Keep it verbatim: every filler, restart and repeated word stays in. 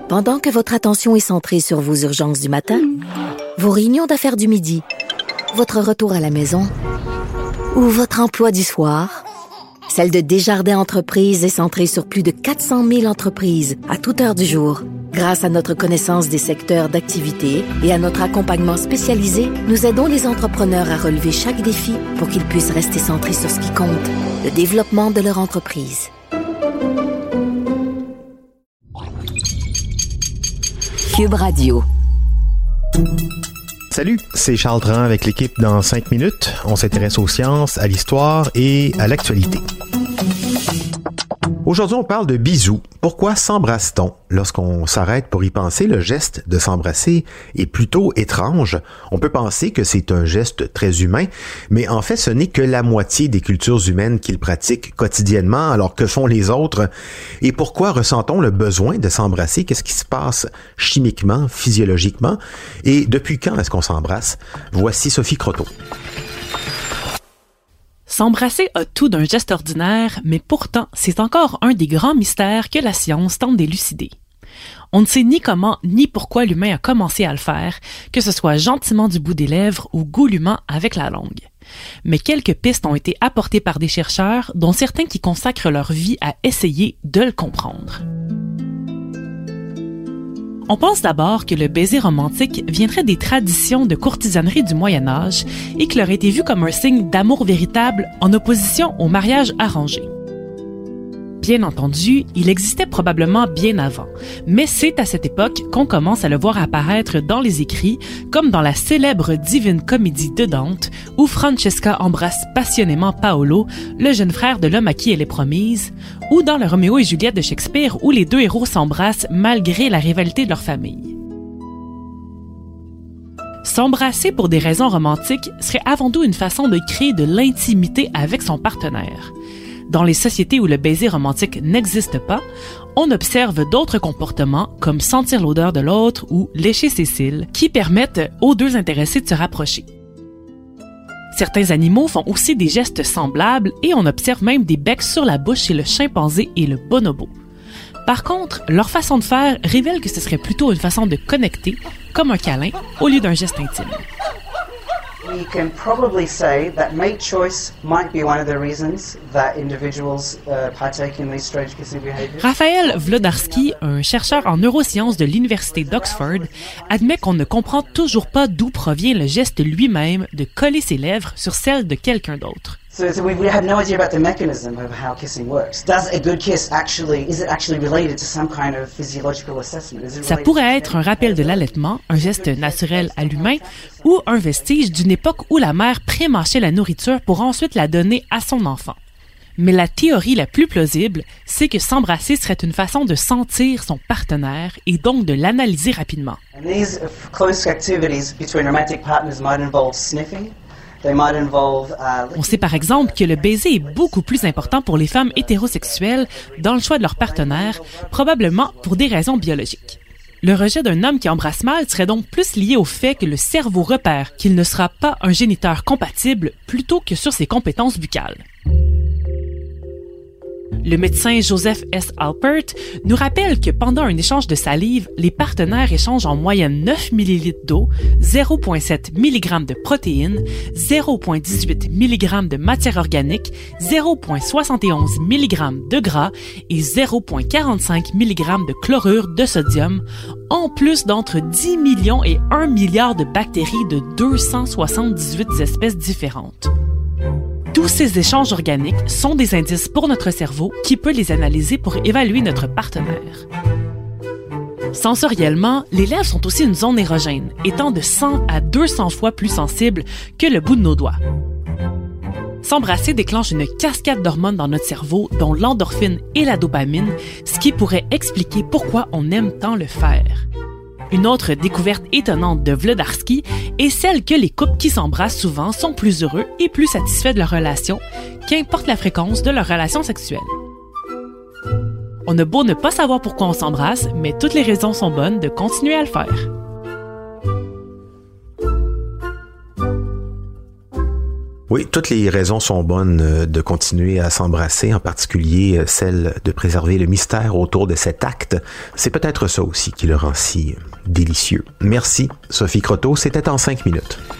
Pendant que votre attention est centrée sur vos urgences du matin, vos réunions d'affaires du midi, votre retour à la maison ou votre emploi du soir, celle de Desjardins Entreprises est centrée sur plus de quatre cent mille entreprises à toute heure du jour. Grâce à notre connaissance des secteurs d'activité et à notre accompagnement spécialisé, nous aidons les entrepreneurs à relever chaque défi pour qu'ils puissent rester centrés sur ce qui compte, le développement de leur entreprise. Cube Radio. Salut, c'est Charles Dran avec l'équipe dans cinq minutes. On s'intéresse aux sciences, à l'histoire et à l'actualité. Aujourd'hui, on parle de bisous. Pourquoi s'embrasse-t-on? Lorsqu'on s'arrête pour y penser, le geste de s'embrasser est plutôt étrange. On peut penser que c'est un geste très humain, mais en fait, ce n'est que la moitié des cultures humaines qui le pratiquent quotidiennement. Alors, que font les autres? Et pourquoi ressent-on le besoin de s'embrasser? Qu'est-ce qui se passe chimiquement, physiologiquement? Et depuis quand est-ce qu'on s'embrasse? Voici Sophie Croteau. S'embrasser a tout d'un geste ordinaire, mais pourtant, c'est encore un des grands mystères que la science tente d'élucider. On ne sait ni comment ni pourquoi l'humain a commencé à le faire, que ce soit gentiment du bout des lèvres ou goulûment avec la langue. Mais quelques pistes ont été apportées par des chercheurs, dont certains qui consacrent leur vie à essayer de le comprendre. On pense d'abord que le baiser romantique viendrait des traditions de courtisanerie du Moyen Âge et qu'il aurait été vu comme un signe d'amour véritable en opposition au mariage arrangé. Bien entendu, il existait probablement bien avant, mais c'est à cette époque qu'on commence à le voir apparaître dans les écrits, comme dans la célèbre Divine Comédie de Dante, où Francesca embrasse passionnément Paolo, le jeune frère de l'homme à qui elle est promise, ou dans le Roméo et Juliette de Shakespeare, où les deux héros s'embrassent malgré la rivalité de leur famille. S'embrasser pour des raisons romantiques serait avant tout une façon de créer de l'intimité avec son partenaire. Dans les sociétés où le baiser romantique n'existe pas, on observe d'autres comportements comme sentir l'odeur de l'autre ou lécher ses cils qui permettent aux deux intéressés de se rapprocher. Certains animaux font aussi des gestes semblables et on observe même des becs sur la bouche chez le chimpanzé et le bonobo. Par contre, leur façon de faire révèle que ce serait plutôt une façon de connecter, comme un câlin, au lieu d'un geste intime. We can probably say that mate choice might be one of the reasons that individuals uh, partake in these strange kissing behaviors. Raphaël Wlodarski, un chercheur en neurosciences de l'Université d'Oxford, admet qu'on ne comprend toujours pas d'où provient le geste lui-même de coller ses lèvres sur celles de quelqu'un d'autre. So, so we, we have no idea about the mechanism of how kissing works. Does a good kiss actually, is it actually related to some kind of physiological assessment? Is it Ça pourrait être un rappel de l'allaitement, un geste naturel à l'humain, ou un vestige d'une époque où la mère pré-mâchait la nourriture pour ensuite la donner à son enfant. Mais la théorie la plus plausible, c'est que s'embrasser serait une façon de sentir son partenaire et donc de l'analyser rapidement. And these close activities between romantic partners might involve sniffing. They might involve, uh, On sait par exemple que le baiser est beaucoup plus important pour les femmes hétérosexuelles dans le choix de leur partenaire, probablement pour des raisons biologiques. Le rejet d'un homme qui embrasse mal serait donc plus lié au fait que le cerveau repère qu'il ne sera pas un géniteur compatible plutôt que sur ses compétences buccales. Le médecin Joseph S. Alpert nous rappelle que pendant un échange de salive, les partenaires échangent en moyenne neuf millilitres d'eau, zéro virgule sept milligrammes de protéines, zéro virgule dix-huit milligrammes de matière organique, zéro virgule soixante et onze milligrammes de gras et zéro virgule quarante-cinq milligrammes de chlorure de sodium, en plus d'entre dix millions et un milliard de bactéries de deux cent soixante-dix-huit espèces différentes. Tous ces échanges organiques sont des indices pour notre cerveau qui peut les analyser pour évaluer notre partenaire. Sensoriellement, les lèvres sont aussi une zone érogène, étant de cent à deux cents fois plus sensible que le bout de nos doigts. S'embrasser déclenche une cascade d'hormones dans notre cerveau, dont l'endorphine et la dopamine, ce qui pourrait expliquer pourquoi on aime tant le faire. Une autre découverte étonnante de Wlodarski est celle que les couples qui s'embrassent souvent sont plus heureux et plus satisfaits de leur relation, qu'importe la fréquence de leur relation sexuelle. On a beau ne pas savoir pourquoi on s'embrasse, mais toutes les raisons sont bonnes de continuer à le faire. Oui, toutes les raisons sont bonnes de continuer à s'embrasser, en particulier celle de préserver le mystère autour de cet acte. C'est peut-être ça aussi qui le rend si délicieux. Merci, Sophie Croteau, c'était en cinq minutes.